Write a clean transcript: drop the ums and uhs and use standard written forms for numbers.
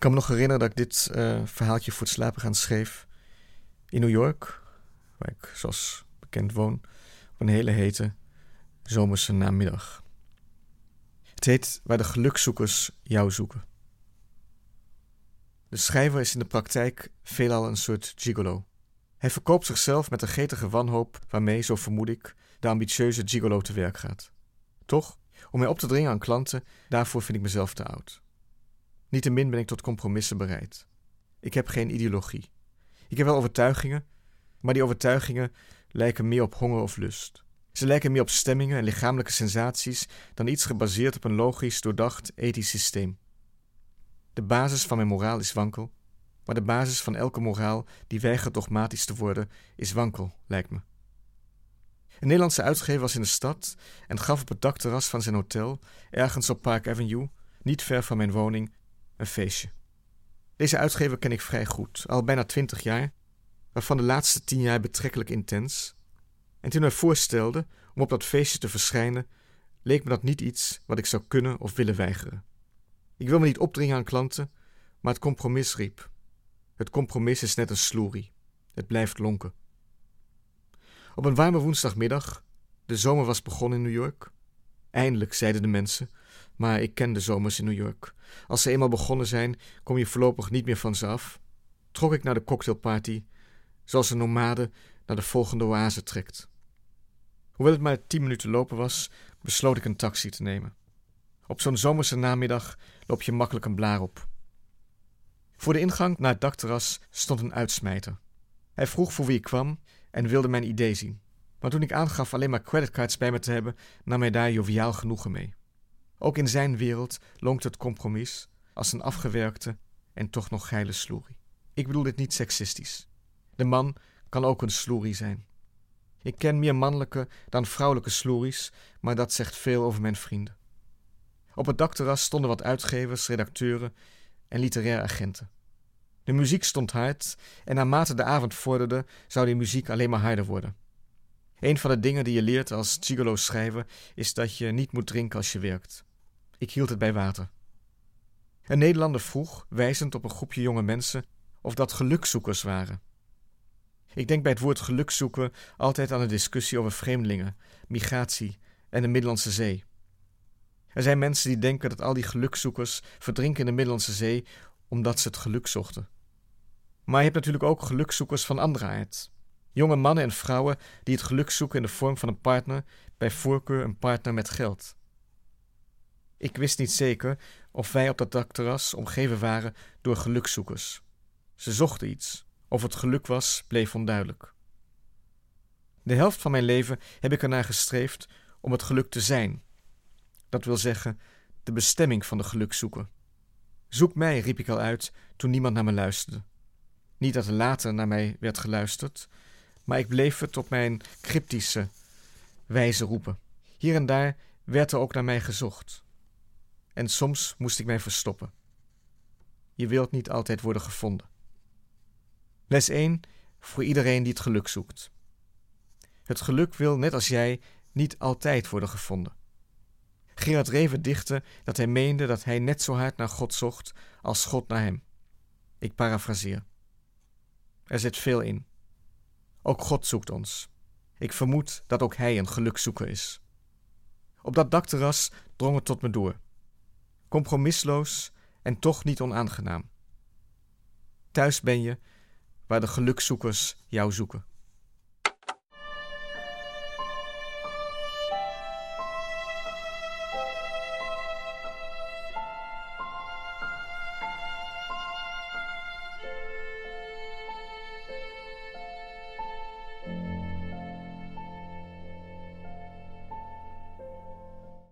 kan me nog herinneren dat ik dit verhaaltje voor het slapen gaan schreef in New York, waar ik zoals bekend woon, op een hele hete zomerse namiddag. Het heet Waar de gelukzoekers jou zoeken. De schrijver is in de praktijk veelal een soort gigolo. Hij verkoopt zichzelf met de gretige wanhoop waarmee, zo vermoed ik, de ambitieuze gigolo te werk gaat. Toch, om mij op te dringen aan klanten, daarvoor vind ik mezelf te oud. Niettemin ben ik tot compromissen bereid. Ik heb geen ideologie. Ik heb wel overtuigingen, maar die overtuigingen lijken meer op honger of lust. Ze lijken meer op stemmingen en lichamelijke sensaties dan iets gebaseerd op een logisch, doordacht, ethisch systeem. De basis van mijn moraal is wankel, maar de basis van elke moraal die weigert dogmatisch te worden, is wankel, lijkt me. Een Nederlandse uitgever was in de stad en gaf op het dakterras van zijn hotel, ergens op Park Avenue, niet ver van mijn woning, een feestje. Deze uitgever ken ik vrij goed, al bijna 20 jaar, waarvan de laatste 10 jaar betrekkelijk intens. En toen hij voorstelde om op dat feestje te verschijnen, leek me dat niet iets wat ik zou kunnen of willen weigeren. Ik wil me niet opdringen aan klanten, maar het compromis riep. Het compromis is net een sloerie. Het blijft lonken. Op een warme woensdagmiddag, de zomer was begonnen in New York. Eindelijk, zeiden de mensen, maar ik ken de zomers in New York. Als ze eenmaal begonnen zijn, kom je voorlopig niet meer van ze af. Trok ik naar de cocktailparty, zoals een nomade naar de volgende oase trekt. Hoewel het maar 10 minuten lopen was, besloot ik een taxi te nemen. Op zo'n zomerse namiddag loop je makkelijk een blaar op. Voor de ingang naar het dakterras stond een uitsmijter. Hij vroeg voor wie ik kwam en wilde mijn idee zien. Maar toen ik aangaf alleen maar creditcards bij me te hebben, nam hij daar joviaal genoegen mee. Ook in zijn wereld lonkte het compromis als een afgewerkte en toch nog geile sloerie. Ik bedoel dit niet seksistisch. De man kan ook een sloerie zijn. Ik ken meer mannelijke dan vrouwelijke sloeries, maar dat zegt veel over mijn vrienden. Op het dakterras stonden wat uitgevers, redacteuren en literaire agenten. De muziek stond hard en naarmate de avond vorderde zou die muziek alleen maar harder worden. Een van de dingen die je leert als gigolo schrijver is dat je niet moet drinken als je werkt. Ik hield het bij water. Een Nederlander vroeg, wijzend op een groepje jonge mensen, of dat gelukzoekers waren. Ik denk bij het woord gelukzoeken altijd aan een discussie over vreemdelingen, migratie en de Middellandse Zee. Er zijn mensen die denken dat al die gelukzoekers verdrinken in de Middellandse Zee omdat ze het geluk zochten. Maar je hebt natuurlijk ook gelukzoekers van andere aard. Jonge mannen en vrouwen die het geluk zoeken in de vorm van een partner, bij voorkeur een partner met geld. Ik wist niet zeker of wij op dat dakterras omgeven waren door gelukzoekers. Ze zochten iets. Of het geluk was, bleef onduidelijk. De helft van mijn leven heb ik ernaar gestreefd om het geluk te zijn. Dat wil zeggen, de bestemming van de gelukzoeker. Zoek mij, riep ik al uit toen niemand naar me luisterde. Niet dat er later naar mij werd geluisterd, maar ik bleef het op mijn cryptische wijze roepen. Hier en daar werd er ook naar mij gezocht. En soms moest ik mij verstoppen. Je wilt niet altijd worden gevonden. Les 1 voor iedereen die het geluk zoekt. Het geluk wil, net als jij, niet altijd worden gevonden. Gerard Reven dichtte dat hij meende dat hij net zo hard naar God zocht als God naar hem. Ik parafraseer. Er zit veel in. Ook God zoekt ons. Ik vermoed dat ook hij een gelukzoeker is. Op dat dakterras drong het tot me door. Compromisloos en toch niet onaangenaam. Thuis ben je waar de gelukzoekers jou zoeken.